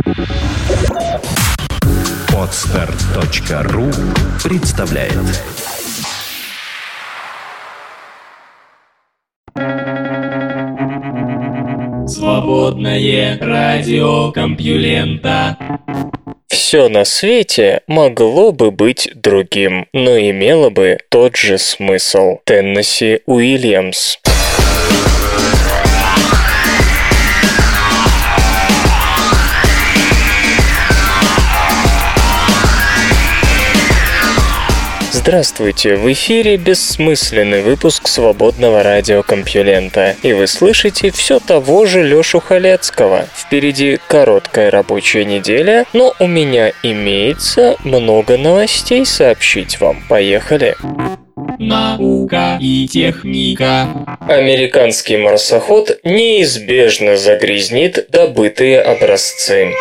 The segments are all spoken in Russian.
Podstart.ru представляет. Свободное радио Компьюлента. Все на свете могло бы быть другим, но имело бы тот же смысл. Теннесси Уильямс. Здравствуйте, в эфире бессмысленный выпуск свободного радио Компьюлента, и вы слышите все того же Лешу Халецкого. Впереди короткая рабочая неделя, но у меня имеется много новостей сообщить вам. Поехали! Наука и техника. Американский марсоход неизбежно загрязнит добытые образцы.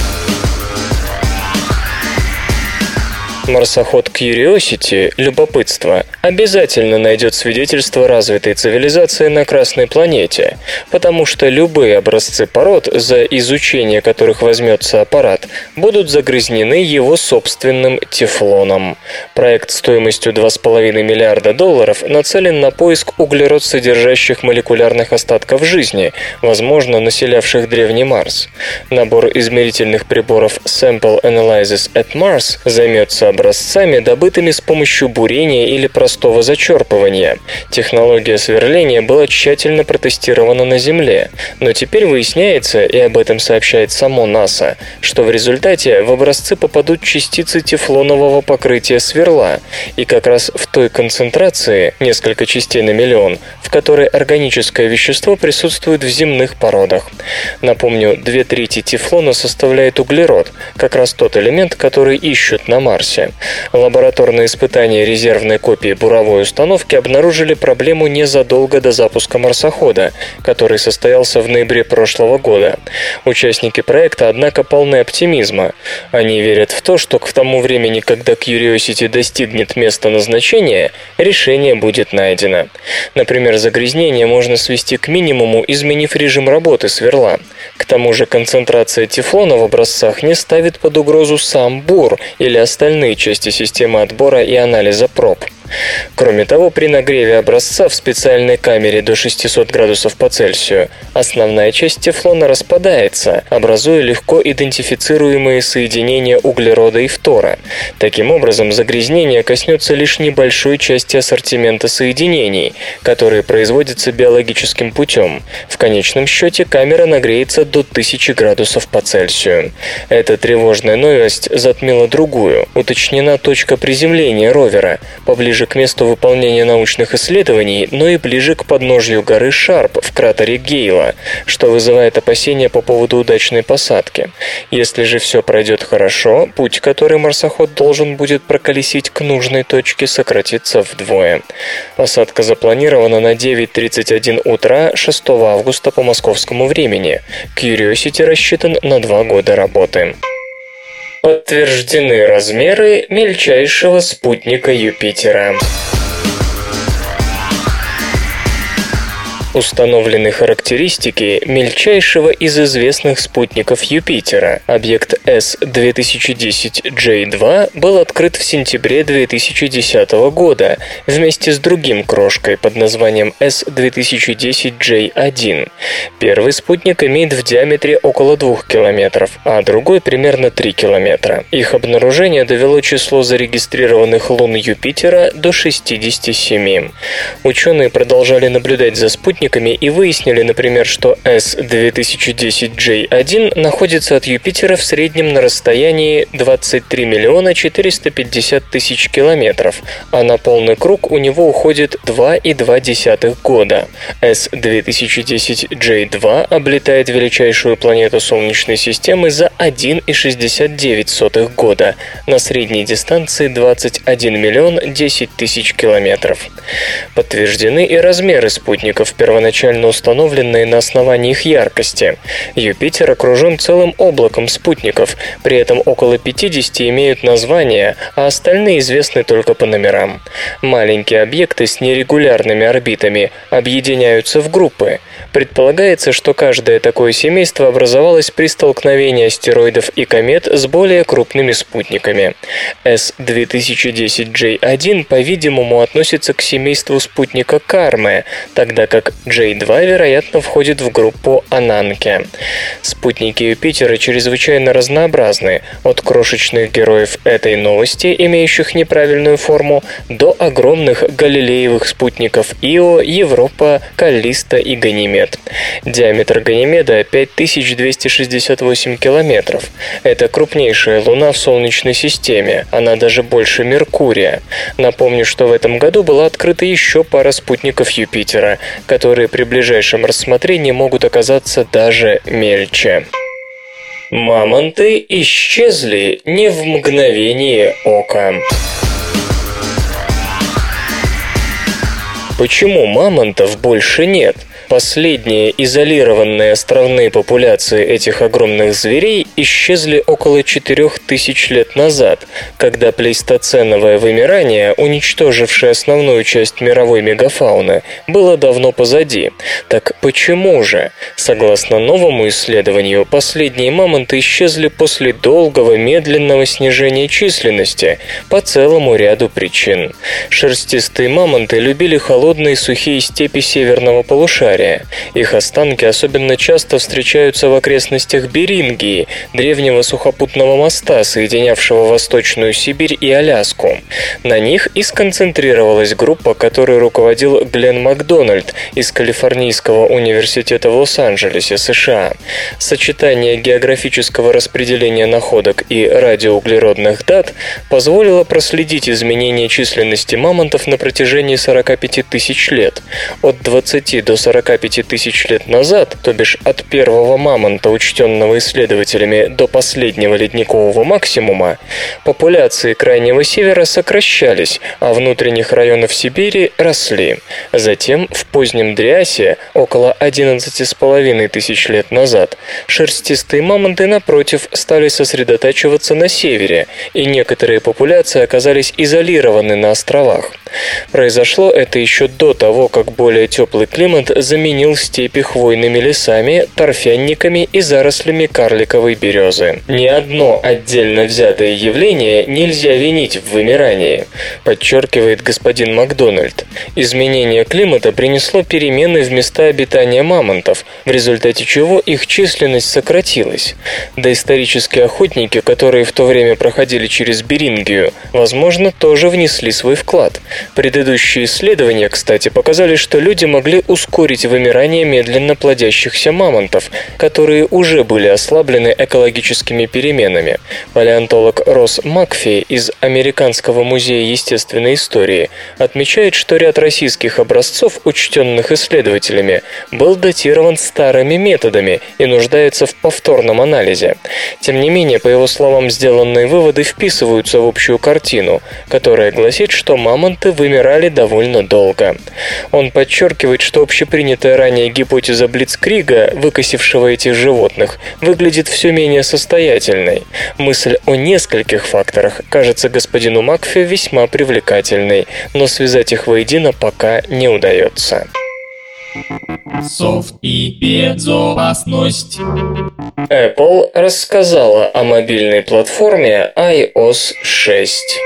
Марсоход Curiosity, любопытство, обязательно найдет свидетельство развитой цивилизации на Красной планете, потому что любые образцы пород, за изучение которых возьмется аппарат, будут загрязнены его собственным тефлоном. Проект стоимостью $2,5 миллиарда нацелен на поиск углерод-содержащих молекулярных остатков жизни, возможно, населявших древний Марс. Набор измерительных приборов Sample Analysis at Mars займется образцами, добытыми с помощью бурения или простого зачерпывания. Технология сверления была тщательно протестирована на Земле, но теперь выясняется, и об этом сообщает само НАСА, что в результате в образцы попадут частицы тефлонового покрытия сверла, и как раз в той концентрации, несколько частей на миллион, в которой органическое вещество присутствует в земных породах. Напомню, 2/3 тефлона составляет углерод, как раз тот элемент, который ищут на Марсе. Лабораторные испытания резервной копии буровой установки обнаружили проблему незадолго до запуска марсохода, который состоялся в ноябре прошлого года. Участники проекта, однако, полны оптимизма. Они верят в то, что к тому времени, когда Curiosity достигнет места назначения, решение будет найдено. Например, загрязнение можно свести к минимуму, изменив режим работы сверла. К тому же концентрация тефлона в образцах не ставит под угрозу сам бур или остальные части системы отбора и анализа проб. Кроме того, при нагреве образца в специальной камере до 600 градусов по Цельсию основная часть тефлона распадается, образуя легко идентифицируемые соединения углерода и фтора. Таким образом, загрязнение коснется лишь небольшой части ассортимента соединений, которые производятся биологическим путем. В конечном счете камера нагреется до 1000 градусов по Цельсию. Эта тревожная новость затмила другую. Уточнена точка приземления ровера, поближе к месту выполнения научных исследований, но и ближе к подножью горы Шарп в кратере Гейла, что вызывает опасения по поводу удачной посадки. Если же все пройдет хорошо, путь, который марсоход должен будет проколесить к нужной точке, сократится вдвое. Посадка запланирована на 9:31 утра 6 августа по московскому времени. Curiosity рассчитан на 2 года работы. Подтверждены размеры мельчайшего спутника Юпитера. Установлены характеристики мельчайшего из известных спутников Юпитера. Объект S2010J2 был открыт в сентябре 2010 года вместе с другим крошкой под названием S2010J1. Первый спутник имеет в диаметре около 2 километров, а другой примерно 3 километра. Их обнаружение довело число зарегистрированных лун Юпитера до 67. Ученые продолжали наблюдать за спутниками и выяснили, например, что S2010J1 находится от Юпитера в среднем на расстоянии 23 450 000 километров, а на полный круг у него уходит 2,2 года. S2010J2 облетает величайшую планету Солнечной системы за 1,69 года на средней дистанции 21 010 000 километров. Подтверждены и размеры спутников первого первоначально установленные на основании их яркости. Юпитер окружен целым облаком спутников, при этом около 50 имеют названия, а остальные известны только по номерам. Маленькие объекты с нерегулярными орбитами объединяются в группы. Предполагается, что каждое такое семейство образовалось при столкновении астероидов и комет с более крупными спутниками. S2010J1, по-видимому, относится к семейству спутника Карме, тогда как J2, вероятно, входит в группу Ананке. Спутники Юпитера чрезвычайно разнообразны, от крошечных героев этой новости, имеющих неправильную форму, до огромных галилеевых спутников Ио, Европа, Каллиста и Ганимед. Диаметр Ганимеда 5268 километров. Это крупнейшая Луна в Солнечной системе, она даже больше Меркурия. Напомню, что в этом году была открыта еще пара спутников Юпитера, которые при ближайшем рассмотрении могут оказаться даже мельче. Мамонты исчезли не в мгновение ока. Почему мамонтов больше нет? Последние изолированные островные популяции этих огромных зверей исчезли около 4000 лет назад, когда плейстоценовое вымирание, уничтожившее основную часть мировой мегафауны, было давно позади. Так почему же? Согласно новому исследованию, последние мамонты исчезли после долгого медленного снижения численности по целому ряду причин. Шерстистые мамонты любили холодные сухие степи северного полушария. Их останки особенно часто встречаются в окрестностях Берингии, древнего сухопутного моста, соединявшего Восточную Сибирь и Аляску. На них и сконцентрировалась группа, которой руководил Глен Макдональд из Калифорнийского университета в Лос-Анджелесе, США. Сочетание географического распределения находок и радиоуглеродных дат позволило проследить изменения численности мамонтов на протяжении 45 тысяч лет. От 20 до 45 тысяч лет назад, то бишь от первого мамонта, учтенного исследователями, до последнего ледникового максимума, популяции Крайнего Севера сокращались, а внутренних районов Сибири росли. Затем, в позднем Дриасе, около 11,5 тысяч лет назад, шерстистые мамонты, напротив, стали сосредотачиваться на севере, и некоторые популяции оказались изолированы на островах. Произошло это еще до того, как более теплый климат заменил степи хвойными лесами, торфянниками и зарослями карликовой березы. Ни одно отдельно взятое явление нельзя винить в вымирании, подчеркивает господин Макдональд. Изменение климата принесло перемены в места обитания мамонтов, в результате чего их численность сократилась. Доисторические охотники, которые в то время проходили через Берингию, возможно, тоже внесли свой вклад. Предыдущие исследования, кстати, показали, что люди могли ускорить вымирание медленно плодящихся мамонтов, которые уже были ослаблены экологическими переменами. Палеонтолог Росс Макфи из Американского музея естественной истории отмечает, что ряд российских образцов, учтенных исследователями, был датирован старыми методами и нуждается в повторном анализе. Тем не менее, по его словам, сделанные выводы вписываются в общую картину, которая гласит, что мамонты вымирали довольно долго. Он подчеркивает, что общепринятая ранее гипотеза Блицкрига, выкосившего этих животных, выглядит все менее состоятельной. Мысль о нескольких факторах кажется господину Макфи весьма привлекательной, но связать их воедино пока не удается. Софт и безопасность. Apple рассказала о мобильной платформе iOS 6.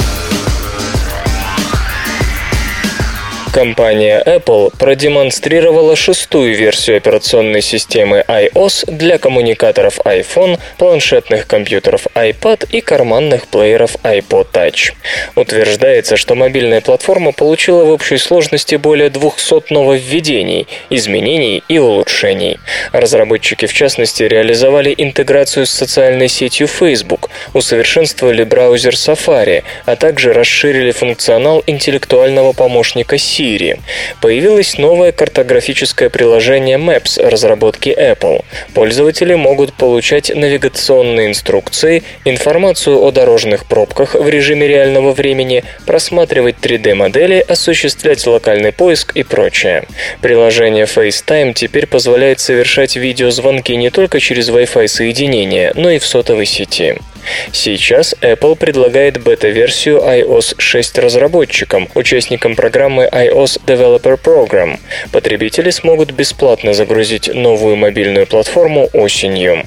Компания Apple продемонстрировала шестую версию операционной системы iOS для коммуникаторов iPhone, планшетных компьютеров iPad и карманных плееров iPod Touch. Утверждается, что мобильная платформа получила в общей сложности более 200 нововведений, изменений и улучшений. Разработчики, в частности, реализовали интеграцию с социальной сетью Facebook, усовершенствовали браузер Safari, а также расширили функционал интеллектуального помощника Siri. Siri. Появилось новое картографическое приложение Maps разработки Apple. Пользователи могут получать навигационные инструкции, информацию о дорожных пробках в режиме реального времени, просматривать 3D-модели, осуществлять локальный поиск и прочее. Приложение FaceTime теперь позволяет совершать видеозвонки не только через Wi-Fi соединение, но и в сотовой сети. Сейчас Apple предлагает бета-версию iOS 6 разработчикам, участникам программы iOS Developer Program. Потребители смогут бесплатно загрузить новую мобильную платформу осенью.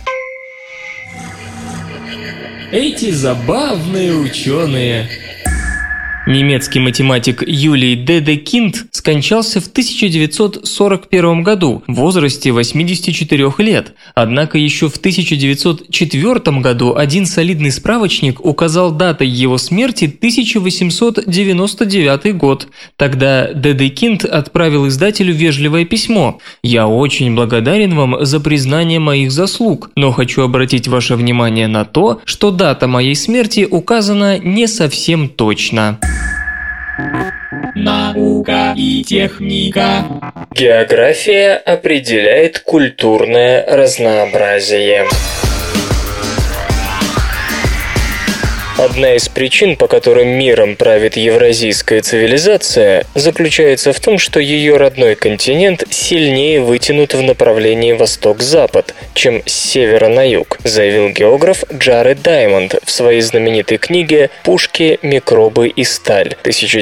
Эти забавные ученые. Немецкий математик Юлий Дедекинд скончался в 1941 году в возрасте 84 лет. Однако еще в 1904 году один солидный справочник указал датой его смерти 1899 год. Тогда Дедекинд отправил издателю вежливое письмо. «Я очень благодарен вам за признание моих заслуг, но хочу обратить ваше внимание на то, что дата моей смерти указана не совсем точно». Наука и техника. География определяет культурное разнообразие. Одна из причин, по которым миром правит евразийская цивилизация, заключается в том, что ее родной континент сильнее вытянут в направлении восток-запад, чем с севера на юг, заявил географ Джаред Даймонд в своей знаменитой книге «Пушки, микробы и сталь»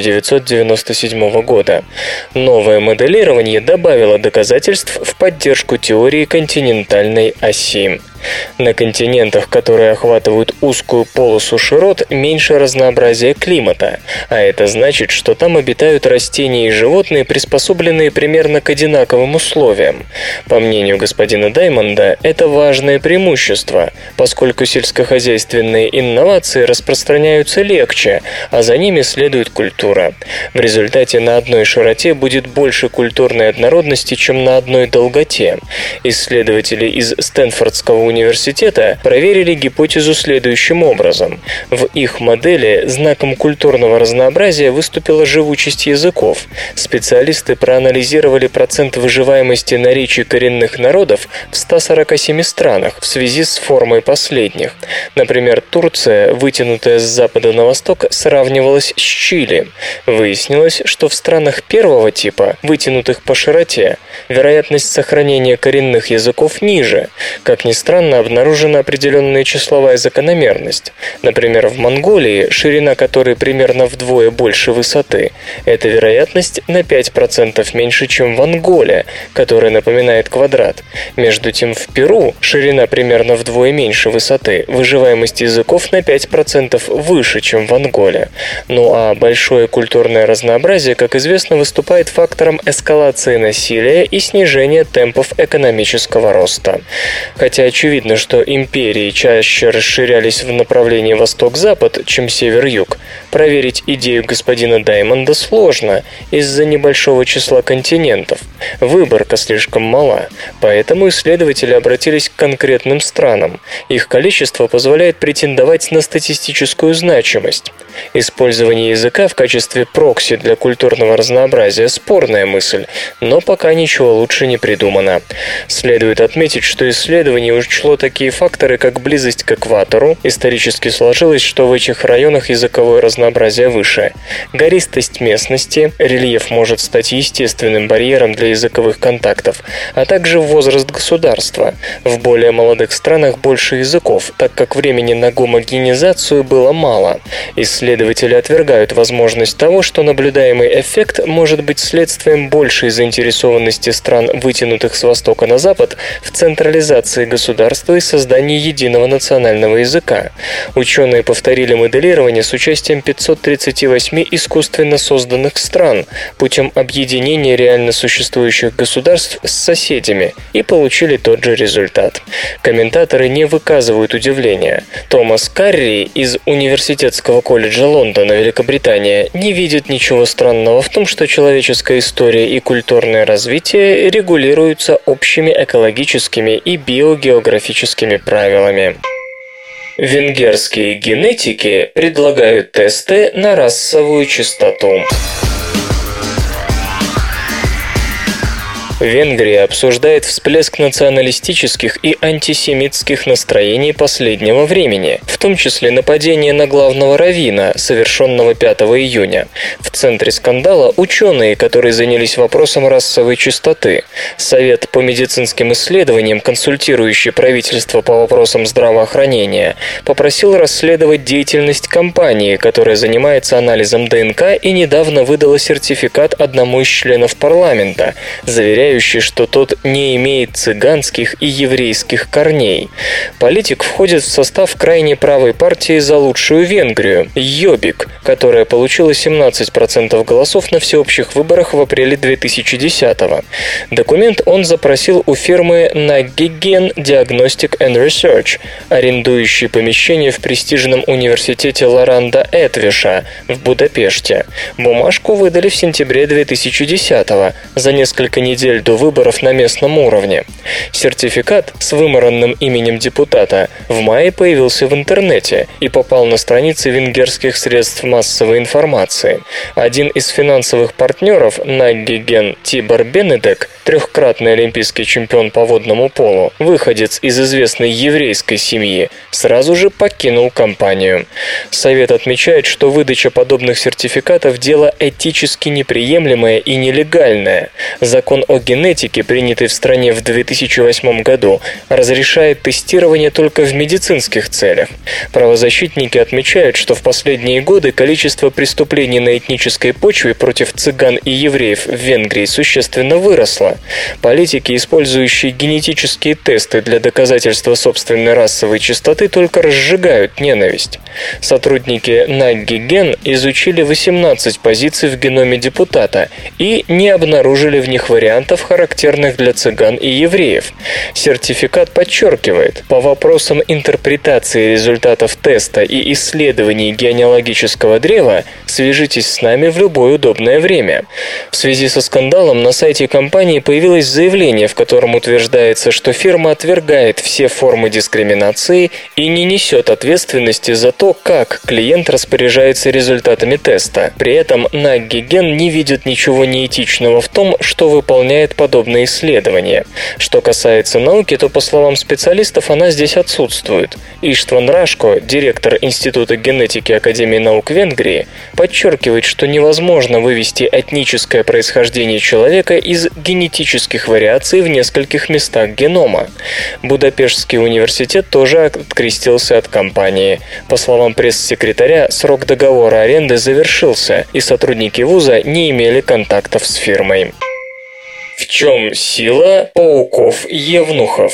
1997 года. Новое моделирование добавило доказательств в поддержку теории континентальной оси. На континентах, которые охватывают узкую полосу широт, меньше разнообразия климата, а это значит, что там обитают растения и животные, приспособленные примерно к одинаковым условиям. По мнению господина Даймонда, это важное преимущество, поскольку сельскохозяйственные инновации распространяются легче, а за ними следует культура. В результате на одной широте будет больше культурной однородности, чем на одной долготе. Исследователи из Стэнфордского университета проверили гипотезу следующим образом. В их модели знаком культурного разнообразия выступила живучесть языков. Специалисты проанализировали процент выживаемости наречий коренных народов в 147 странах в связи с формой последних. Например, Турция, вытянутая с запада на восток, сравнивалась с Чили. Выяснилось, что в странах первого типа, вытянутых по широте, вероятность сохранения коренных языков ниже. Как ни странно, обнаружена определенная числовая закономерность. Например, в Монголии, ширина которой примерно вдвое больше высоты, эта вероятность на 5% меньше, чем в Анголе, которая напоминает квадрат. Между тем, в Перу ширина примерно вдвое меньше высоты, выживаемость языков на 5% выше, чем в Анголе. Ну а большое культурное разнообразие, как известно, выступает фактором эскалации насилия и снижения темпов экономического роста. Хотя очевидно, что империи чаще расширялись в направлении восток-запад, чем север-юг, проверить идею господина Даймонда сложно из-за небольшого числа континентов. Выборка слишком мала, поэтому исследователи обратились к конкретным странам. Их количество позволяет претендовать на статистическую значимость. Использование языка в качестве прокси для культурного разнообразия – спорная мысль, но пока ничего лучше не придумано. Следует отметить, что исследование учло такие факторы, как близость к экватору. Исторически сложилось, что в этих районах языковое разнообразие выше. Гористость местности, рельеф может стать естественным барьером для языковых контактов, а также возраст государства. В более молодых странах больше языков, так как времени на гомогенизацию было мало. Исследователи отвергают возможность того, что наблюдаемый эффект может быть следствием большей заинтересованности стран, вытянутых с востока на запад, в централизации государства и создании единого национального языка. Ученые повторили моделирование с участием 538 искусственно созданных стран путем объединения реально существующих государств с соседями и получили тот же результат. Комментаторы не выказывают удивления. Томас Карри из Университетского колледжа Лондона, Великобритания, не видит ничего странного в том, что человеческая история и культурное развитие регулируются общими экологическими и биогеографическими правилами. Венгерские генетики предлагают тесты на расовую чистоту. Венгрия обсуждает всплеск националистических и антисемитских настроений последнего времени, в том числе нападение на главного раввина, совершенного 5 июня. В центре скандала ученые, которые занялись вопросом расовой чистоты. Совет по медицинским исследованиям, консультирующий правительство по вопросам здравоохранения, попросил расследовать деятельность компании, которая занимается анализом ДНК и недавно выдала сертификат одному из членов парламента, заверяющий, что тот не имеет цыганских и еврейских корней. Политик входит в состав крайне правой партии «За лучшую Венгрию» Йобик, которая получила 17% голосов на всеобщих выборах в апреле 2010-го. Документ он запросил у фирмы Nagigen Diagnostic and Research, арендующей помещение в престижном университете Лоранда Этвиша в Будапеште. Бумажку выдали в сентябре 2010-го, за несколько недель до выборов на местном уровне. Сертификат с вымаранным именем депутата в мае появился в интернете и попал на страницы венгерских средств массовой информации. Один из финансовых партнеров Nagigen, Тибор Бенедек, трехкратный олимпийский чемпион по водному полу, выходец из известной еврейской семьи, сразу же покинул компанию. Совет отмечает, что выдача подобных сертификатов – дело этически неприемлемое и нелегальное. Закон о генетике, принятый в стране в 2008 году, разрешает тестирование только в медицинских целях. Правозащитники отмечают, что в последние годы количество преступлений на этнической почве против цыган и евреев в Венгрии существенно выросло. Политики, использующие генетические тесты для доказательства собственной расовой чистоты, только разжигают ненависть. Сотрудники Nagigen изучили 18 позиций в геноме депутата и не обнаружили в них вариантов, характерных для цыган и евреев. Сертификат подчеркивает, по вопросам интерпретации результатов теста и исследований генеалогического древа свяжитесь с нами в любое удобное время. В связи со скандалом на сайте компании появилось заявление, в котором утверждается, что фирма отвергает все формы дискриминации и не несет ответственности за то, как клиент распоряжается результатами теста. При этом Nagigen не видит ничего неэтичного в том, что выполняет подобные исследования. Что касается науки, то, по словам специалистов, она здесь отсутствует. Иштван Рашко, директор Института генетики Академии наук Венгрии, подчеркивает, что невозможно вывести этническое происхождение человека из генетических вариаций в нескольких местах генома. Будапештский университет тоже открестился от компании. По словам пресс-секретаря, срок договора аренды завершился, и сотрудники вуза не имели контактов с фирмой. В чем сила пауков-евнухов?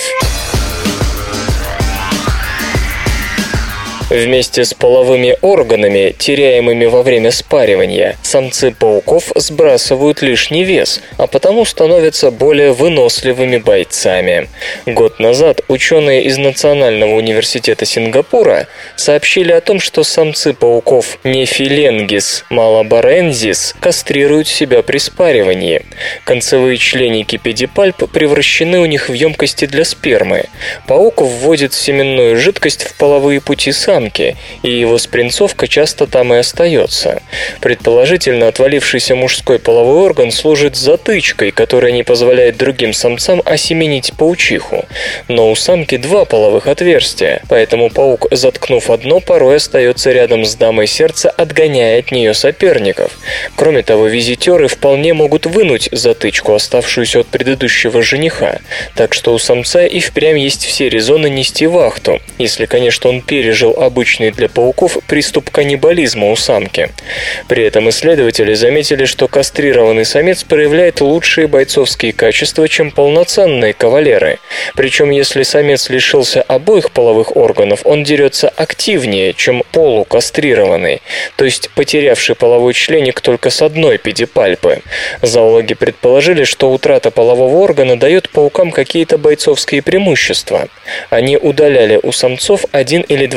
Вместе с половыми органами, теряемыми во время спаривания, самцы пауков сбрасывают лишний вес, а потому становятся более выносливыми бойцами. Год назад ученые из Национального университета Сингапура сообщили о том, что самцы пауков Nephilengus malabarensis кастрируют себя при спаривании. Концевые членики педипальп превращены у них в емкости для спермы. Паук вводит семенную жидкость в половые пути самки, и его спринцовка часто там и остается. Предположительно, отвалившийся мужской половой орган служит затычкой, которая не позволяет другим самцам осеменить паучиху. Но у самки два половых отверстия, поэтому паук, заткнув одно, порой остается рядом с дамой сердца, отгоняя от нее соперников. Кроме того, визитеры вполне могут вынуть затычку, оставшуюся от предыдущего жениха. Так что у самца и впрямь есть все резоны нести вахту, если, конечно, он пережил обычный для пауков приступ каннибализма у самки. При этом исследователи заметили, что кастрированный самец проявляет лучшие бойцовские качества, чем полноценные кавалеры. Причем, если самец лишился обоих половых органов, он дерется активнее, чем полукастрированный, то есть потерявший половой членик только с одной педипальпы. Зоологи предположили, что утрата полового органа дает паукам какие-то бойцовские преимущества. Они удаляли у самцов один или два половых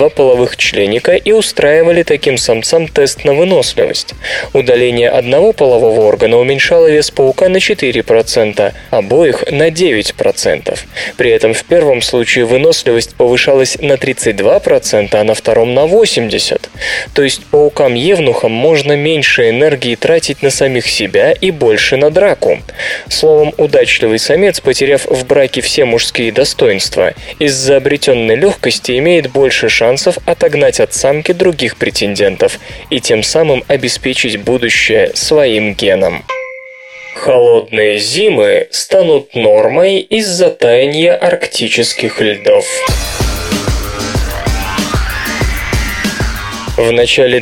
половых членика и устраивали таким самцам тест на выносливость. Удаление одного полового органа уменьшало вес паука на 4%, обоих на 9%. При этом в первом случае выносливость повышалась на 32%, а на втором на 80%. То есть паукам-евнухам можно меньше энергии тратить на самих себя и больше на драку. Словом, удачливый самец, потеряв в браке все мужские достоинства, из-за обретенной легкости имеет больше шансов отогнать от самки других претендентов и тем самым обеспечить будущее своим геном. Холодные зимы станут нормой из-за таяния арктических льдов. В начале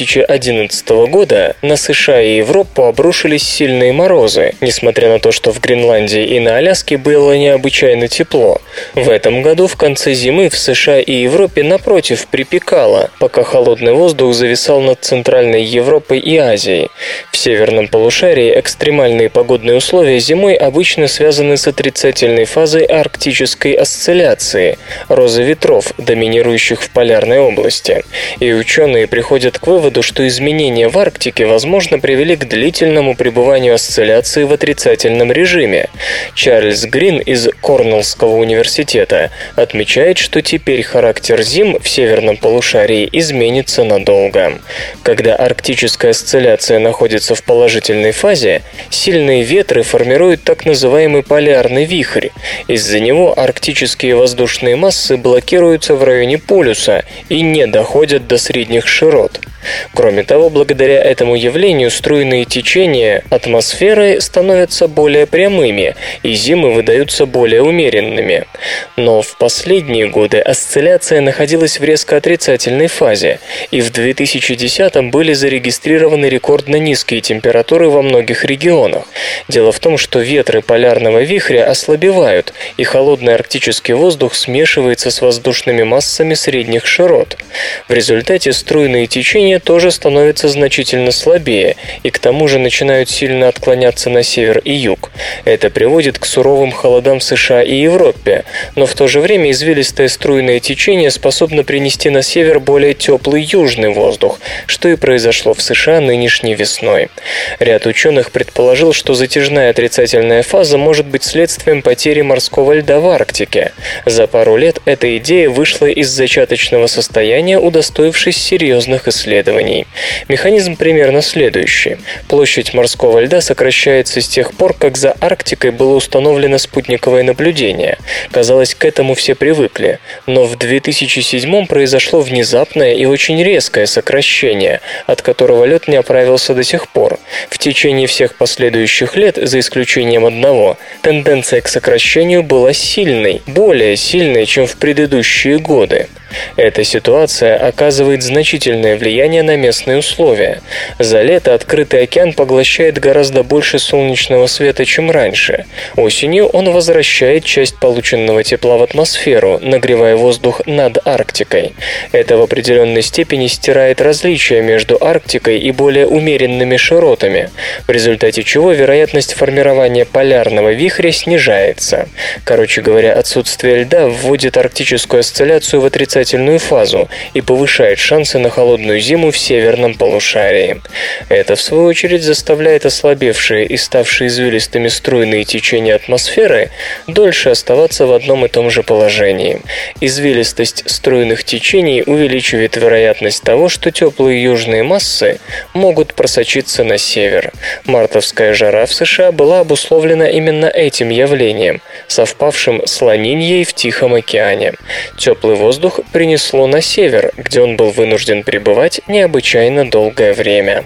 2011 года на США и Европу обрушились сильные морозы, несмотря на то, что в Гренландии и на Аляске было необычайно тепло. В этом году в конце зимы в США и Европе напротив припекало, пока холодный воздух зависал над Центральной Европой и Азией. В северном полушарии экстремальные погодные условия зимой обычно связаны с отрицательной фазой арктической осцилляции, розы ветров, доминирующих в полярной области. И ученые приходят к выводу, что изменения в Арктике, возможно, привели к длительному пребыванию осцилляции в отрицательном режиме. Чарльз Грин из Корнеллского университета отмечает, что теперь характер зим в северном полушарии изменится надолго. Когда арктическая осцилляция находится в положительной фазе, сильные ветры формируют так называемый полярный вихрь. Из-за него арктические воздушные массы блокируются в районе полюса и не доходят до средних широт. Кроме того, благодаря этому явлению струйные течения атмосферы становятся более прямыми, и зимы выдаются более умеренными. Но в последние годы осцилляция находилась в резко отрицательной фазе, и в 2010-м были зарегистрированы рекордно низкие температуры во многих регионах. Дело в том, что ветры полярного вихря ослабевают, и холодный арктический воздух смешивается с воздушными массами средних широт. В результате струйные течения тоже становятся значительно слабее и к тому же начинают сильно отклоняться на север и юг. Это приводит к суровым холодам в США и Европе, но в то же время извилистое струйное течение способно принести на север более теплый южный воздух, что и произошло в США нынешней весной. Ряд ученых предположил, что затяжная отрицательная фаза может быть следствием потери морского льда в Арктике. За пару лет эта идея вышла из зачаточного состояния, удостоившись серьезных исследований. Механизм примерно следующий. Площадь морского льда сокращается с тех пор, как за Арктикой было установлено спутниковое наблюдение. Казалось, к этому все привыкли. Но в 2007 произошло внезапное и очень резкое сокращение, от которого лед не оправился до сих пор. В течение всех последующих лет, за исключением одного, тенденция к сокращению была сильной, более сильной, чем в предыдущие годы. Эта ситуация оказывает значительное влияние на местные условия. За лето открытый океан поглощает гораздо больше солнечного света, чем раньше. Осенью он возвращает часть полученного тепла в атмосферу, нагревая воздух над Арктикой. Это в определенной степени стирает различия между Арктикой и более умеренными широтами, в результате чего вероятность формирования полярного вихря снижается. Короче говоря, отсутствие льда вводит арктическую осцилляцию в отрицательную фазу и повышает шансы на холодную зиму в северном полушарии. Это, в свою очередь, заставляет ослабевшие и ставшие извилистыми струйные течения атмосферы дольше оставаться в одном и том же положении. Извилистость струйных течений увеличивает вероятность того, что теплые южные массы могут просочиться на север. Мартовская жара в США была обусловлена именно этим явлением, совпавшим с Ла-Ниньей в Тихом океане. Теплый воздух принесло на север, где он был вынужден пребывать необычайно долгое время.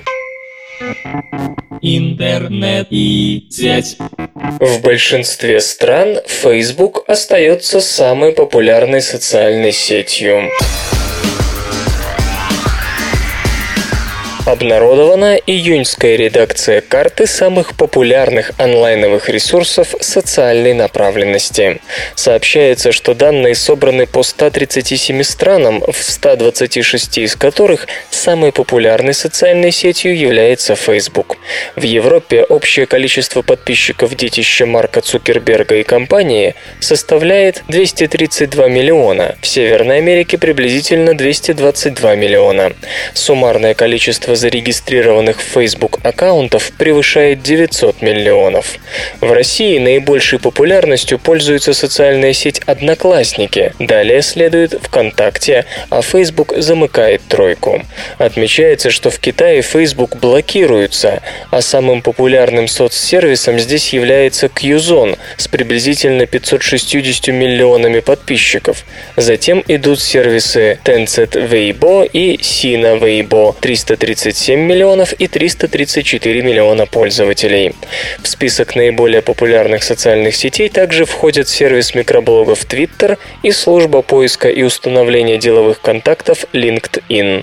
Интернет и сеть. В большинстве стран Facebook остается самой популярной социальной сетью. Обнародована июньская редакция карты самых популярных онлайновых ресурсов социальной направленности. Сообщается, что данные собраны по 137 странам, в 126 из которых самой популярной социальной сетью является Facebook. В Европе общее количество подписчиков детища Марка Цукерберга и компании составляет 232 миллиона, в Северной Америке приблизительно 222 миллиона. Суммарное количество зарегистрированных в Facebook аккаунтов превышает 900 миллионов. В России наибольшей популярностью пользуется социальная сеть «Одноклассники», далее следует ВКонтакте, а Facebook замыкает тройку. Отмечается, что в Китае Facebook блокируется, а самым популярным соцсервисом здесь является Qzone с приблизительно 560 миллионами подписчиков. Затем идут сервисы Tencent Weibo и Sina Weibo, 337 миллионов и 334 миллиона пользователей. В список наиболее популярных социальных сетей также входят сервис микроблогов Twitter и служба поиска и установления деловых контактов LinkedIn.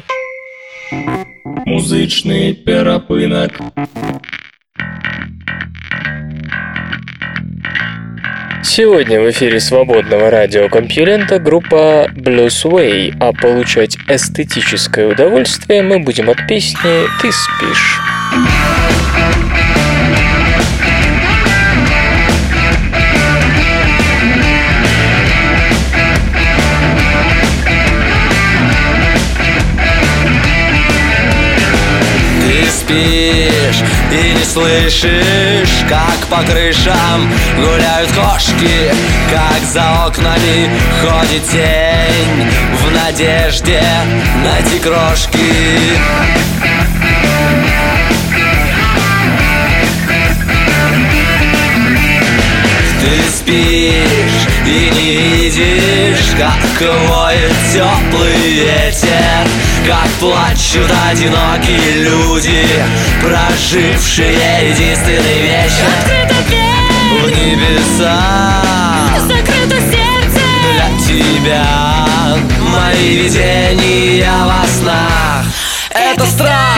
Музичний перепинок. Сегодня в эфире свободного радиокомпьюлента группа Blues Way, а получать эстетическое удовольствие мы будем от песни «Ты спишь». Спишь и не слышишь, как по крышам гуляют кошки, как за окнами ходит тень в надежде найти крошки. Ты спишь и не видишь, как воет теплый ветер, как плачут одинокие люди, прожившие единственный вечер. Открыта дверь в небеса, закрыто сердце для тебя. Мои видения во снах — это страх.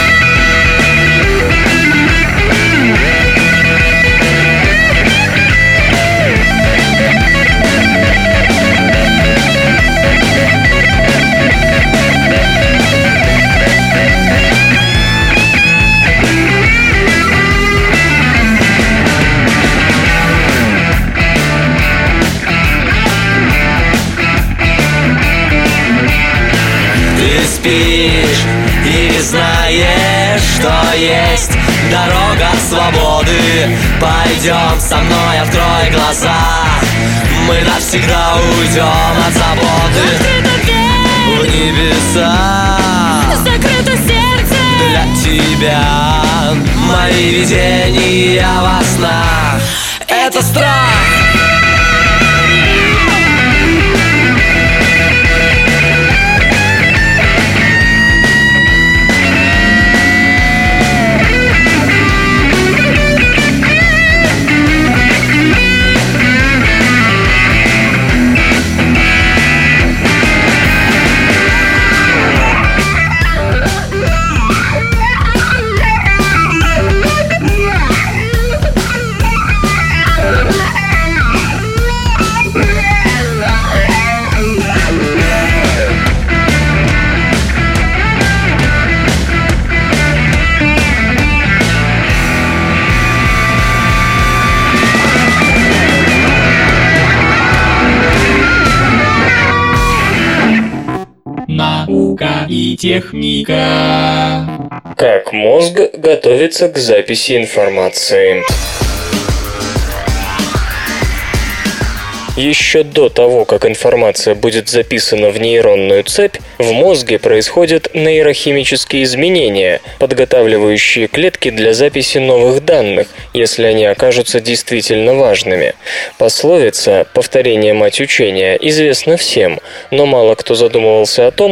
Спишь и не знаешь, что есть дорога свободы. Пойдем со мной, открой глаза, мы навсегда уйдем от заботы. Открыта дверь в небеса, закрыто сердце для тебя. Мои видения во снах — это страх. Наука и техника. Как мозг готовится к записи информации. Еще до того, как информация будет записана в нейронную цепь, в мозге происходят нейрохимические изменения, подготавливающие клетки для записи новых данных, если они окажутся действительно важными. Пословица «повторение – мать учения» известна всем, но мало кто задумывался о том, что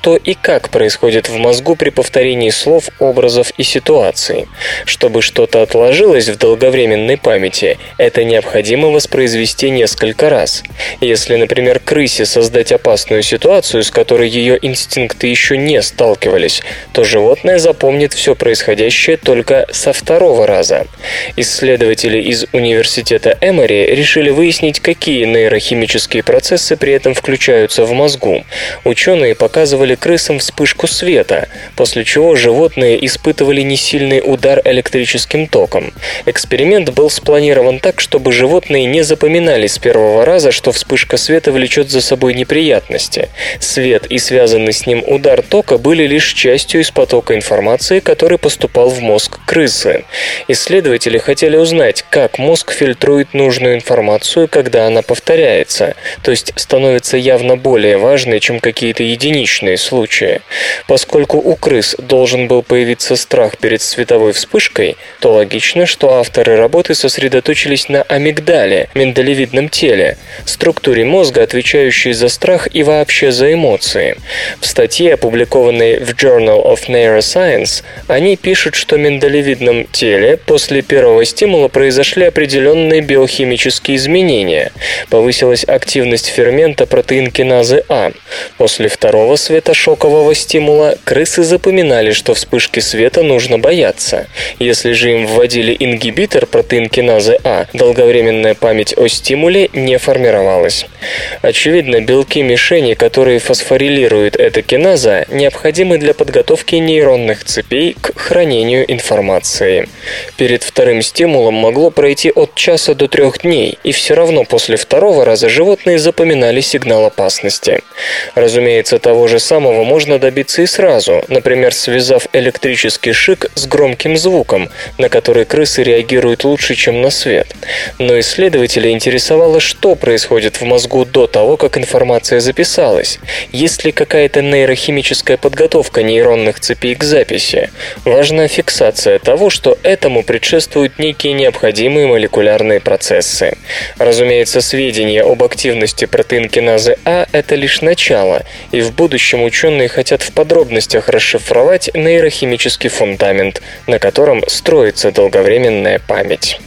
что и как происходит в мозгу при повторении слов, образов и ситуаций. Чтобы что-то отложилось в долговременной памяти, это необходимо воспроизвести несколько раз. Если, например, крысе создать опасную ситуацию, с которой ее инстинкты еще не сталкивались, то животное запомнит все происходящее только со второго раза. Исследователи из университета Эмори решили выяснить, какие нейрохимические процессы при этом включаются в мозгу. Ученые показывали крысам вспышку света, после чего животные испытывали несильный удар электрическим током. Эксперимент был спланирован так, чтобы животные не запоминали с первого раза, что вспышка света влечет за собой неприятности. Свет и связанный с ним удар тока были лишь частью из потока информации, который поступал в мозг крысы. Исследователи хотели узнать, как мозг фильтрует нужную информацию, когда она повторяется, то есть становится явно более важной, чем какие-то единичные случаи. Поскольку у крыс должен был появиться страх перед световой вспышкой, то логично, что авторы работы сосредоточились на амигдале, миндалевидном теле, структуре мозга, отвечающей за страх и вообще за эмоции. В статье, опубликованной в Journal of Neuroscience, они пишут, что в миндалевидном теле после первого стимула произошли определенные биохимические изменения. Повысилась активность фермента протеинкиназы А. После второго светошокового стимула крысы запоминали, что вспышки света нужно бояться. Если же им вводили ингибитор протеинкиназы А, долговременная память о стимуле не формировалась. Очевидно, белки мишени, которые фосфорилируют эта киназа, необходимы для подготовки нейронных цепей к хранению информации. Перед вторым стимулом могло пройти от часа до 3 дней, и все равно после второго раза животные запоминали сигнал опасности. Разумеется, того же самого можно добиться и сразу, например, связав электрический шик с громким звуком, на который крысы реагируют лучше, чем на свет. Но исследователей интересовало, что происходит в мозгу до того, как информация записалась. Есть ли какая-то нейрохимическая подготовка нейронных цепей к записи? Важна фиксация того, что этому предшествуют некие необходимые молекулярные процессы. Разумеется, сведения об активности протеинкиназы А – это лишь начало, и в будущем ученые хотят в подробностях расшифровать нейрохимический фундамент, на котором строится долговременная память.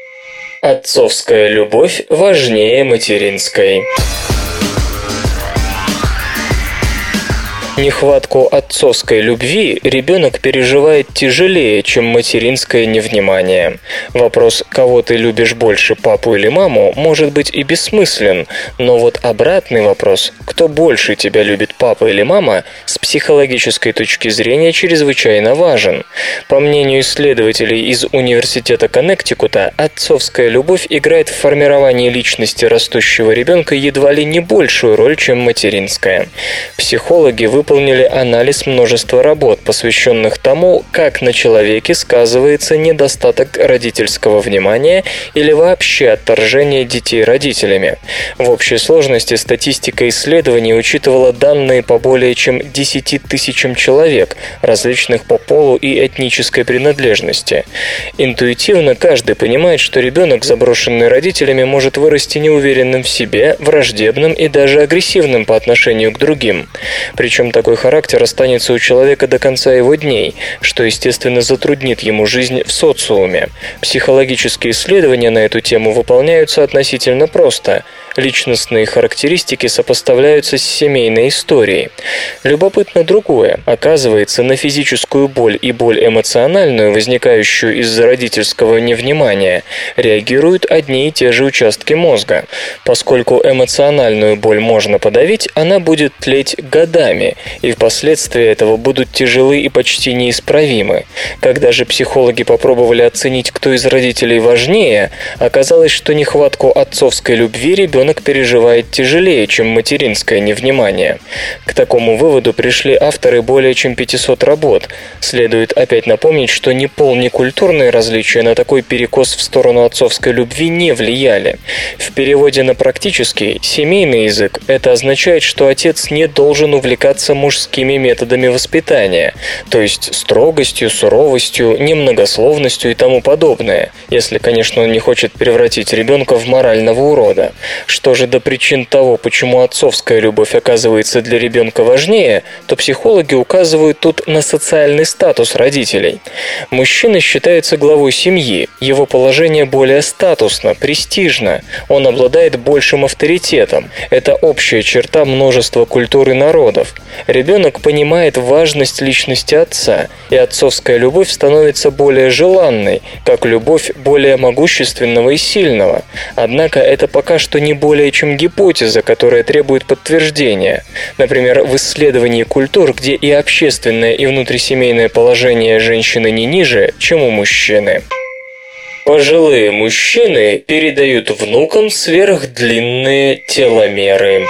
Отцовская любовь важнее материнской. Нехватку отцовской любви ребенок переживает тяжелее, чем материнское невнимание. Вопрос, кого ты любишь больше, папу или маму, может быть и бессмыслен, но вот обратный вопрос, кто больше тебя любит, папа или мама, с психологической точки зрения чрезвычайно важен. По мнению исследователей из Университета Коннектикута, отцовская любовь играет в формировании личности растущего ребенка едва ли не большую роль, чем материнская. Психологи выполнили анализ множества работ, посвященных тому, как на человеке сказывается недостаток родительского внимания или вообще отторжение детей родителями. В общей сложности статистика исследований учитывала данные по более чем 10 тысячам человек, различных по полу и этнической принадлежности. Интуитивно каждый понимает, что ребенок, заброшенный родителями, может вырасти неуверенным в себе, враждебным и даже агрессивным по отношению к другим. Причем такой характер останется у человека до конца его дней, что, естественно, затруднит ему жизнь в социуме. Психологические исследования на эту тему выполняются относительно просто. Личностные характеристики сопоставляются с семейной историей. Любопытно другое. Оказывается, на физическую боль и боль эмоциональную, возникающую из-за родительского невнимания, реагируют одни и те же участки мозга. Поскольку эмоциональную боль можно подавить, она будет тлеть годами, и последствия этого будут тяжелы и почти неисправимы. Когда же психологи попробовали оценить, кто из родителей важнее, оказалось, что нехватку отцовской любви ребенок переживает тяжелее, чем материнское невнимание. К такому выводу пришли авторы более чем 500 работ. Следует опять напомнить, что ни пол, ни культурные различия на такой перекос в сторону отцовской любви не влияли. В переводе на практический, семейный язык это означает, что отец не должен увлекаться мужскими методами воспитания, то есть строгостью, суровостью, немногословностью и тому подобное, если, конечно, он не хочет превратить ребенка в морального урода. Что же до причин того, почему отцовская любовь оказывается для ребенка важнее, то психологи указывают тут на социальный статус родителей. Мужчина считается главой семьи, его положение более статусно, престижно, он обладает большим авторитетом. Это общая черта множества культур и народов. Ребенок понимает важность личности отца, и отцовская любовь становится более желанной, как любовь более могущественного и сильного. Однако это пока что не более чем гипотеза, которая требует подтверждения. Например, в исследовании культур, где и общественное, и внутрисемейное положение женщины не ниже, чем у мужчины. Пожилые мужчины передают внукам сверхдлинные теломеры.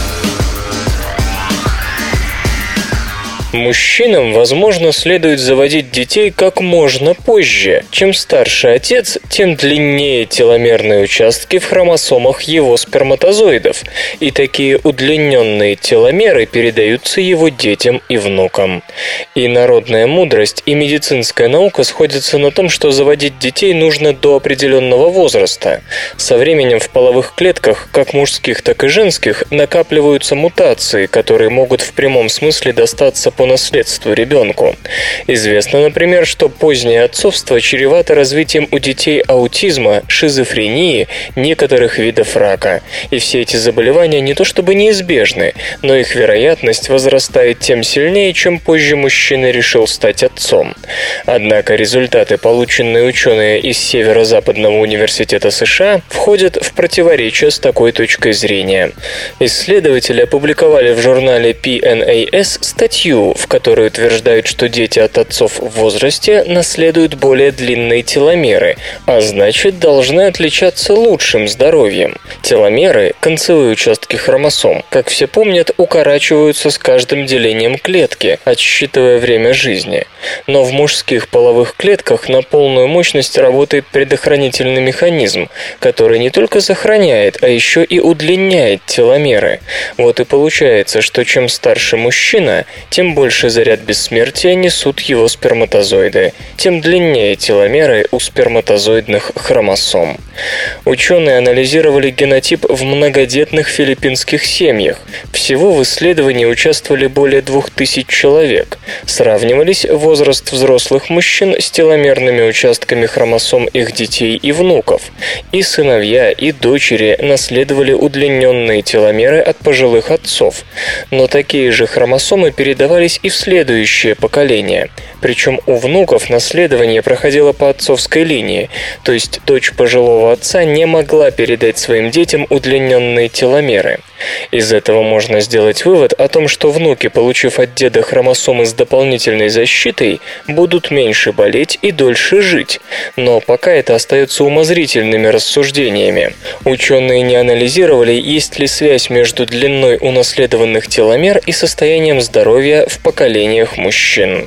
Мужчинам, возможно, следует заводить детей как можно позже. Чем старше отец, тем длиннее теломерные участки в хромосомах его сперматозоидов, и такие удлиненные теломеры передаются его детям и внукам. И народная мудрость, и медицинская наука сходятся на том, что заводить детей нужно до определенного возраста. Со временем в половых клетках, как мужских, так и женских, накапливаются мутации, которые могут в прямом смысле достаться по наследству ребенку. Известно, например, что позднее отцовство чревато развитием у детей аутизма, шизофрении, некоторых видов рака. И все эти заболевания не то чтобы неизбежны, но их вероятность возрастает тем сильнее, чем позже мужчина решил стать отцом. Однако результаты, полученные ученые из Северо-Западного университета США, входят в противоречие с такой точкой зрения. Исследователи опубликовали в журнале PNAS статью, в которой утверждают, что дети от отцов в возрасте наследуют более длинные теломеры, а значит, должны отличаться лучшим здоровьем. Теломеры, концевые участки хромосом, как все помнят, укорачиваются с каждым делением клетки, отсчитывая время жизни. Но в мужских половых клетках на полную мощность работает предохранительный механизм, который не только сохраняет, а еще и удлиняет теломеры. Вот и получается, что чем старше мужчина, тем больше заряд бессмертия несут его сперматозоиды, тем длиннее теломеры у сперматозоидных хромосом. Ученые анализировали генотип в многодетных филиппинских семьях. Всего в исследовании участвовали более 2000 человек. Сравнивались возраст взрослых мужчин с теломерными участками хромосом их детей и внуков. И сыновья, и дочери наследовали удлиненные теломеры от пожилых отцов. Но такие же хромосомы передавались и в следующее поколение. Причем у внуков наследование проходило по отцовской линии, то есть дочь пожилого отца не могла передать своим детям удлиненные теломеры. Из этого можно сделать вывод о том, что внуки, получив от деда хромосомы с дополнительной защитой, будут меньше болеть и дольше жить. Но пока это остается умозрительными рассуждениями. Ученые не анализировали, есть ли связь между длиной унаследованных теломер и состоянием здоровья в поколениях мужчин.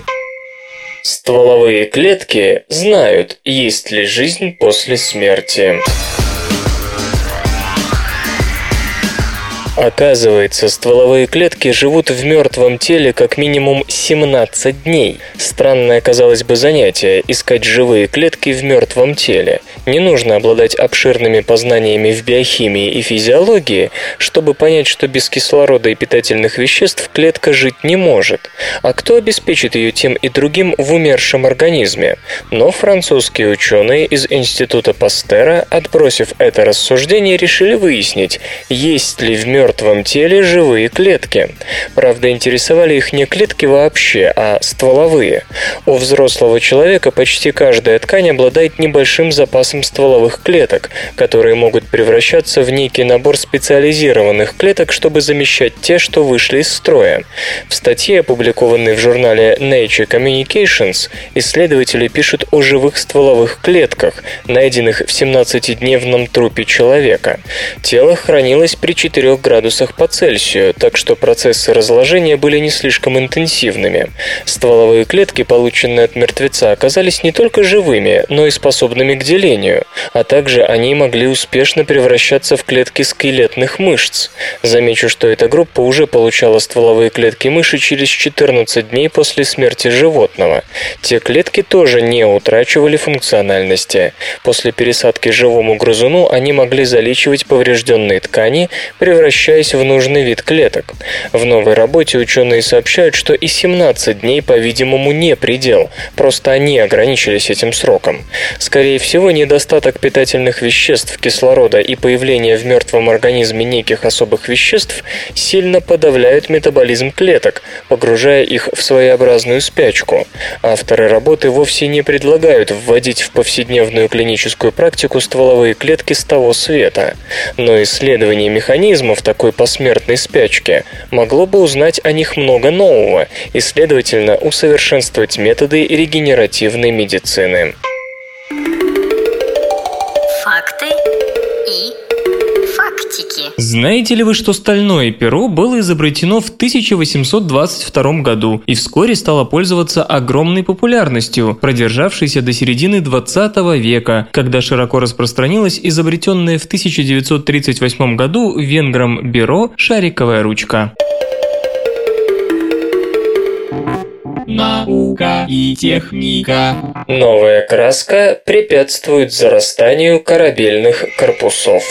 Стволовые клетки знают, есть ли жизнь после смерти. Оказывается, стволовые клетки живут в мертвом теле как минимум 17 дней. Странное, казалось бы, занятие – искать живые клетки в мертвом теле. Не нужно обладать обширными познаниями в биохимии и физиологии, чтобы понять, что без кислорода и питательных веществ клетка жить не может. А кто обеспечит ее тем и другим в умершем организме? Но французские ученые из Института Пастера, отбросив это рассуждение, решили выяснить, есть ли в мертвом теле живые клетки. Правда, интересовали их не клетки вообще, а стволовые. У взрослого человека почти каждая ткань обладает небольшим запасом стволовых клеток, которые могут превращаться в некий набор специализированных клеток, чтобы замещать те, что вышли из строя. В статье, опубликованной в журнале Nature Communications, исследователи пишут о живых стволовых клетках, найденных в 17-дневном трупе человека. Тело хранилось при 4 градусах градусах по Цельсию, так что процессы разложения были не слишком интенсивными. Стволовые клетки, полученные от мертвеца, оказались не только живыми, но и способными к делению, а также они могли успешно превращаться в клетки скелетных мышц. Замечу, что эта группа уже получала стволовые клетки мыши через 14 дней после смерти животного. Те клетки тоже не утрачивали функциональности. После пересадки живому грызуну они могли залечивать поврежденные ткани, превращаясь в нужный вид клеток. В новой работе ученые сообщают, что и 17 дней, по-видимому, не предел, просто они ограничились этим сроком. Скорее всего, недостаток питательных веществ, кислорода и появление в мертвом организме неких особых веществ сильно подавляют метаболизм клеток, погружая их в своеобразную спячку. Авторы работы вовсе не предлагают вводить в повседневную клиническую практику стволовые клетки с того света, но исследование механизмов такой посмертной спячки могло бы узнать о них много нового и, следовательно, усовершенствовать методы регенеративной медицины. Факты и фактики. Знаете ли вы, что стальное перо было изобретено в 1822 году и вскоре стало пользоваться огромной популярностью, продержавшейся до середины 20 века, когда широко распространилась изобретенная в 1938 году венгром Биро шариковая ручка. Наука и техника. Новая краска препятствует зарастанию корабельных корпусов.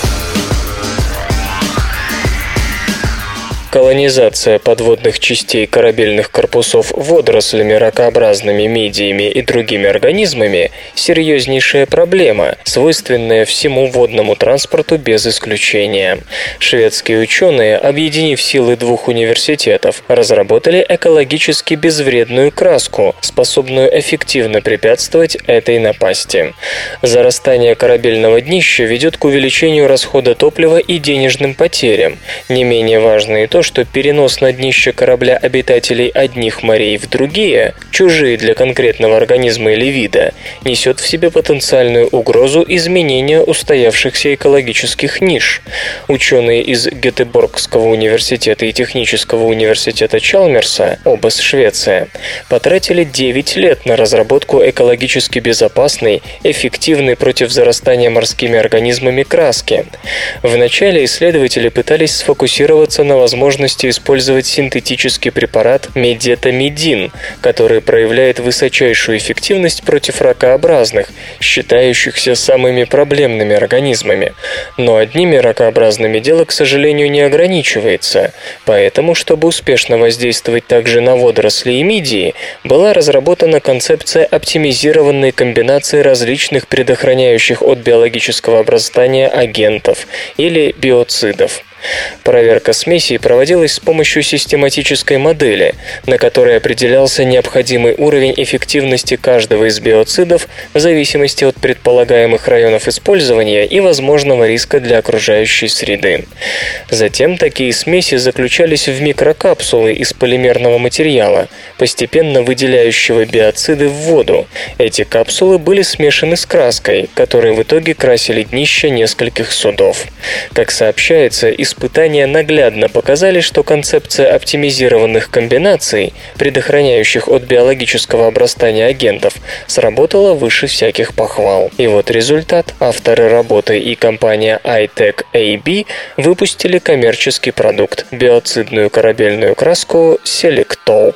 Колонизация подводных частей корабельных корпусов водорослями, ракообразными мидиями и другими организмами – серьезнейшая проблема, свойственная всему водному транспорту без исключения. Шведские ученые, объединив силы двух университетов, разработали экологически безвредную краску, способную эффективно препятствовать этой напасти. Зарастание корабельного днища ведет к увеличению расхода топлива и денежным потерям. Не менее важно и то, что перенос на днище корабля обитателей одних морей в другие, чужие для конкретного организма или вида, несет в себе потенциальную угрозу изменения устоявшихся экологических ниш. Ученые из Гетеборгского университета и Технического университета Чалмерса, оба с Швеции, потратили 9 лет на разработку экологически безопасной, эффективной против зарастания морскими организмами краски. Вначале исследователи пытались сфокусироваться на возможности использовать синтетический препарат медетамидин, который проявляет высочайшую эффективность против ракообразных, считающихся самыми проблемными организмами. Но одними ракообразными дело, к сожалению, не ограничивается. Поэтому, чтобы успешно воздействовать также на водоросли и мидии, была разработана концепция оптимизированной комбинации различных предохраняющих от биологического обрастания агентов или биоцидов. Проверка смесей проводилась с помощью систематической модели, на которой определялся необходимый уровень эффективности каждого из биоцидов в зависимости от предполагаемых районов использования и возможного риска для окружающей среды. Затем такие смеси заключались в микрокапсулы из полимерного материала, постепенно выделяющего биоциды в воду. Эти капсулы были смешаны с краской, которые в итоге красили днища нескольких судов. Как сообщается, испытания наглядно показали, что концепция оптимизированных комбинаций, предохраняющих от биологического обрастания агентов, сработала выше всяких похвал. И вот результат. Авторы работы и компания iTech AB выпустили коммерческий продукт – биоцидную корабельную краску Selectop.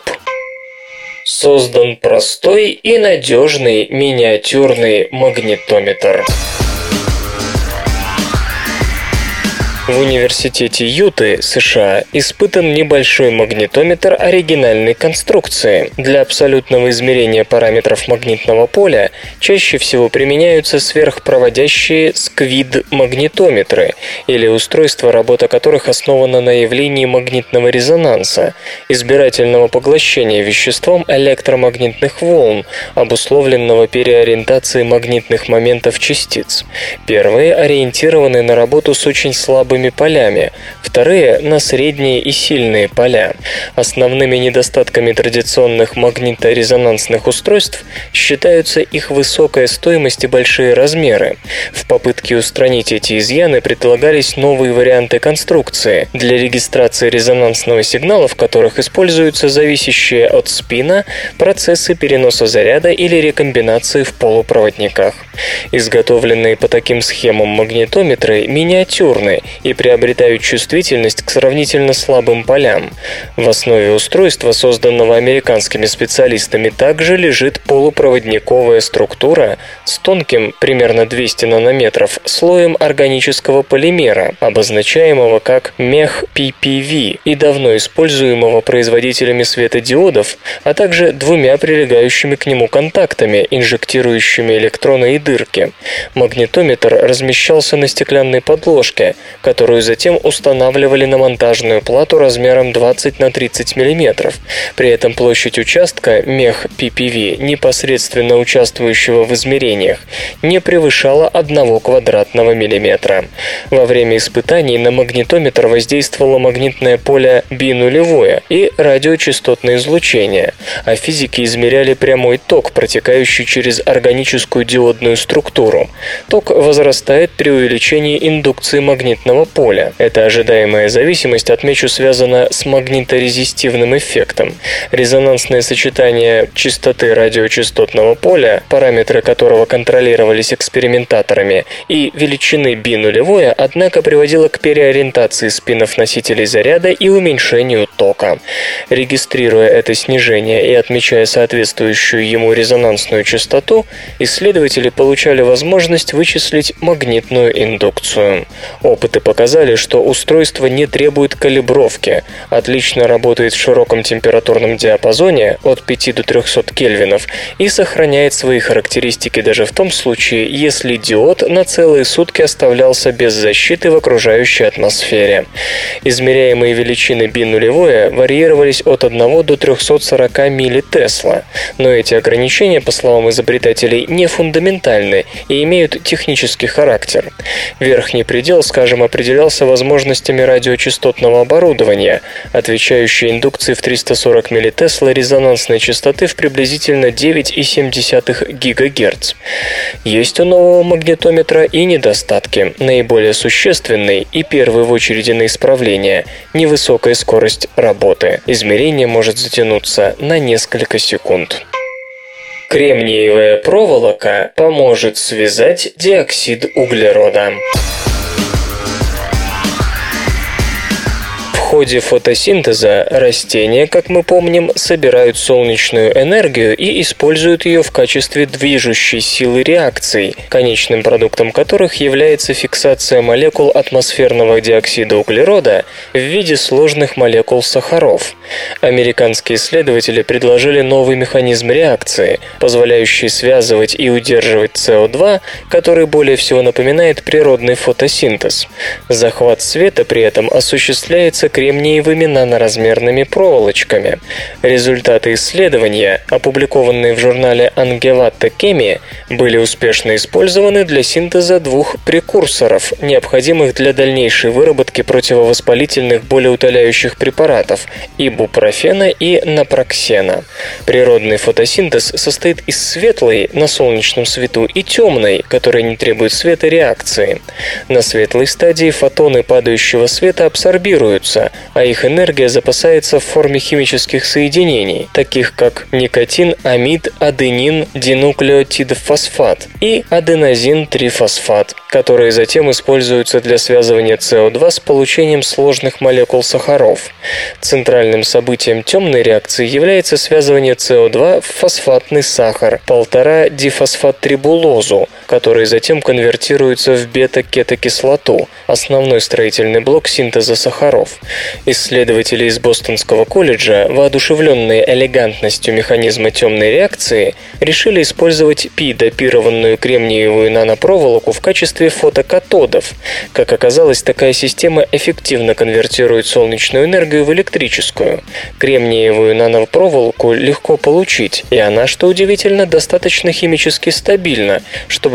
Создан простой и надежный миниатюрный магнитометр. В университете Юты, США, испытан небольшой магнитометр оригинальной конструкции. Для абсолютного измерения параметров магнитного поля чаще всего применяются сверхпроводящие сквид-магнитометры, или устройства, работа которых основана на явлении магнитного резонанса, избирательного поглощения веществом электромагнитных волн, обусловленного переориентацией магнитных моментов частиц. Первые ориентированы на работу с очень слабой слабыми полями, вторые – на средние и сильные поля. Основными недостатками традиционных магниторезонансных устройств считаются их высокая стоимость и большие размеры. В попытке устранить эти изъяны предлагались новые варианты конструкции, для регистрации резонансного сигнала в которых используются зависящие от спина процессы переноса заряда или рекомбинации в полупроводниках. Изготовленные по таким схемам магнитометры миниатюрны и приобретают чувствительность к сравнительно слабым полям. В основе устройства, созданного американскими специалистами, также лежит полупроводниковая структура с тонким, примерно 200 нанометров, слоем органического полимера, обозначаемого как MEH-PPV и давно используемого производителями светодиодов, а также двумя прилегающими к нему контактами, инжектирующими электроны и дырки. Магнитометр размещался на стеклянной подложке, которую затем устанавливали на монтажную плату размером 20 на 30 мм. При этом площадь участка MEH-PPV, непосредственно участвующего в измерениях, не превышала 1 квадратного миллиметра. Во время испытаний на магнитометр воздействовало магнитное поле бинулевое и радиочастотное излучение, а физики измеряли прямой ток, протекающий через органическую диодную структуру. Ток возрастает при увеличении индукции магнитного поля. Эта ожидаемая зависимость, отмечу, связана с магниторезистивным эффектом. Резонансное сочетание частоты радиочастотного поля, параметры которого контролировались экспериментаторами, и величины бинулевое, однако, приводило к переориентации спинов носителей заряда и уменьшению тока. Регистрируя это снижение и отмечая соответствующую ему резонансную частоту, исследователи получали возможность вычислить магнитную индукцию. Опыты показали, что устройство не требует калибровки, отлично работает в широком температурном диапазоне от 5 до 300 кельвинов и сохраняет свои характеристики даже в том случае, если диод на целые сутки оставлялся без защиты в окружающей атмосфере. Измеряемые величины бинулевое варьировались от 1 до 340 миллитесла, но эти ограничения, по словам изобретателей, не фундаментальны и имеют технический характер. Верхний предел, скажем, определялся возможностями радиочастотного оборудования, отвечающей индукции в 340 миллитесла резонансной частоты в приблизительно 9,7 ГГц. Есть у нового магнитометра и недостатки. Наиболее существенный и первый в очереди на исправление – невысокая скорость работы. Измерение может затянуться на несколько секунд. Кремниевая проволока поможет связать диоксид углерода. В ходе фотосинтеза растения, как мы помним, собирают солнечную энергию и используют ее в качестве движущей силы реакций, конечным продуктом которых является фиксация молекул атмосферного диоксида углерода в виде сложных молекул сахаров. Американские исследователи предложили новый механизм реакции, позволяющий связывать и удерживать СО2, который более всего напоминает природный фотосинтез. Захват света при этом осуществляется кремниевыми наноразмерными проволочками. Результаты исследования, опубликованные в журнале Angewandte Chemie, были успешно использованы для синтеза двух прекурсоров, необходимых для дальнейшей выработки противовоспалительных болеутоляющих препаратов – ибупрофена и напроксена. Природный фотосинтез состоит из светлой, на солнечном свету, и темной, которая не требует света, реакции. На светлой стадии фотоны падающего света абсорбируются, а их энергия запасается в форме химических соединений, таких как никотин, амид, аденин, динуклеотидфосфат и аденозин-трифосфат, которые затем используются для связывания СО2 с получением сложных молекул сахаров. Центральным событием темной реакции является связывание СО2 в фосфатный сахар, 1,5-дифосфат-трибулозу, который затем конвертируется в бета-кетокислоту, основной строительный блок синтеза сахаров. Исследователи из Бостонского колледжа, воодушевленные элегантностью механизма темной реакции, решили использовать пи-допированную кремниевую нанопроволоку в качестве фотокатодов. Как оказалось, такая система эффективно конвертирует солнечную энергию в электрическую. Кремниевую нанопроволоку легко получить, и она, что удивительно, достаточно химически стабильна, чтобы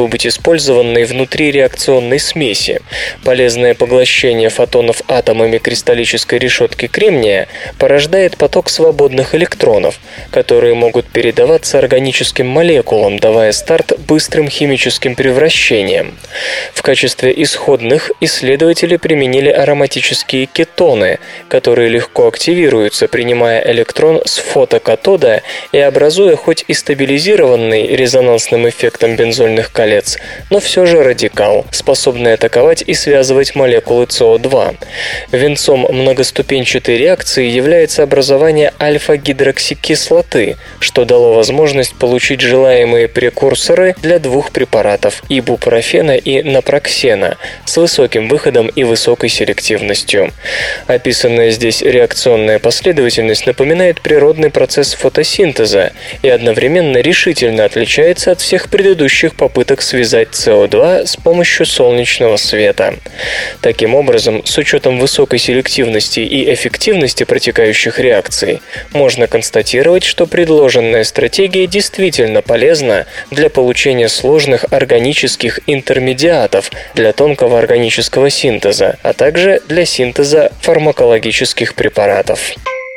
быть использованной внутри реакционной смеси. Полезное поглощение фотонов атомами кристаллической решетки кремния порождает поток свободных электронов, которые могут передаваться органическим молекулам, давая старт быстрым химическим превращениям. В качестве исходных исследователи применили ароматические кетоны, которые легко активируются, принимая электрон с фотокатода и образуя хоть и стабилизированный резонансным эффектом бензольных колец, но все же радикал, способный атаковать и связывать молекулы СО2. Венцом многоступенчатой реакции является образование альфа-гидроксикислоты, что дало возможность получить желаемые прекурсоры для двух препаратов – ибупрофена и напроксена с высоким выходом и высокой селективностью. Описанная здесь реакционная последовательность напоминает природный процесс фотосинтеза и одновременно решительно отличается от всех предыдущих попыток связать СО2 с помощью солнечного света. Таким образом, с учетом высокой селективности и эффективности протекающих реакций, можно констатировать, что предложенная стратегия действительно полезна для получения сложных органических интермедиатов для тонкого органического синтеза, а также для синтеза фармакологических препаратов.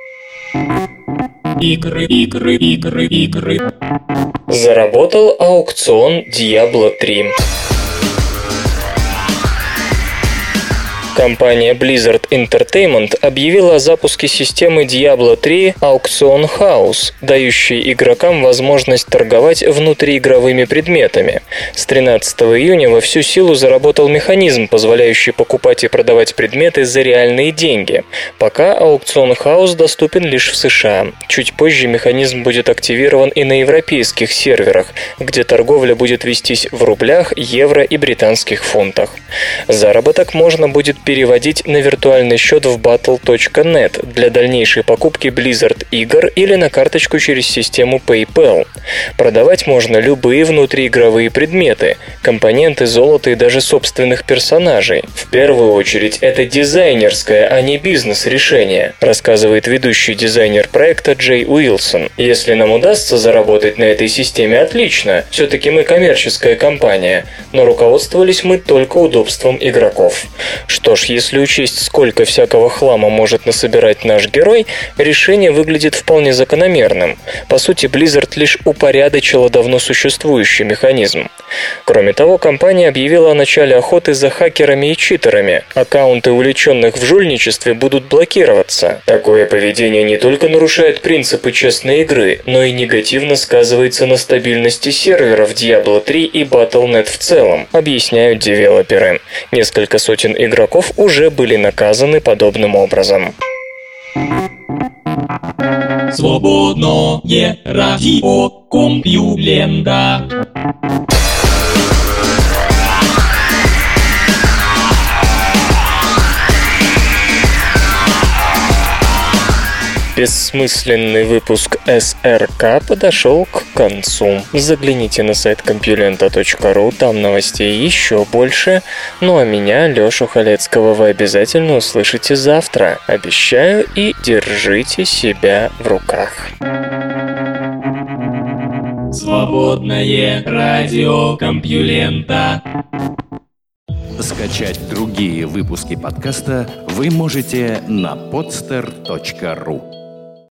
Игры. Заработал аукцион Diablo 3. Компания Blizzard Entertainment объявила о запуске системы Diablo 3 Auction House, дающей игрокам возможность торговать внутриигровыми предметами. С 13 июня во всю силу заработал механизм, позволяющий покупать и продавать предметы за реальные деньги. Пока Auction House доступен лишь в США. Чуть позже механизм будет активирован и на европейских серверах, где торговля будет вестись в рублях, евро и британских фунтах. Заработок можно будет переводить на виртуальный счет в battle.net для дальнейшей покупки Blizzard игр или на карточку через систему PayPal. Продавать можно любые внутриигровые предметы, компоненты, золото и даже собственных персонажей. В первую очередь это дизайнерское, а не бизнес-решение, рассказывает ведущий дизайнер проекта Джей Уилсон. Если нам удастся заработать на этой системе, отлично, все-таки мы коммерческая компания, но руководствовались мы только удобством игроков. Что ж, если учесть, сколько всякого хлама может насобирать наш герой, решение выглядит вполне закономерным. По сути, Blizzard лишь упорядочила давно существующий механизм. Кроме того, компания объявила о начале охоты за хакерами и читерами. Аккаунты увлеченных в жульничестве будут блокироваться. Такое поведение не только нарушает принципы честной игры, но и негативно сказывается на стабильности серверов Diablo 3 и Battle.net в целом, объясняют девелоперы. Несколько сотен игроков уже были наказаны подобным образом. Свободное радио Компьюлента. Бессмысленный выпуск СРК подошел к концу. Загляните на сайт compulenta.ru, там новостей еще больше. Ну а меня, Лешу Халецкого, вы обязательно услышите завтра. Обещаю, и держите себя в руках. Свободное радио Компьюлента. Скачать другие выпуски подкаста вы можете на podster.ru.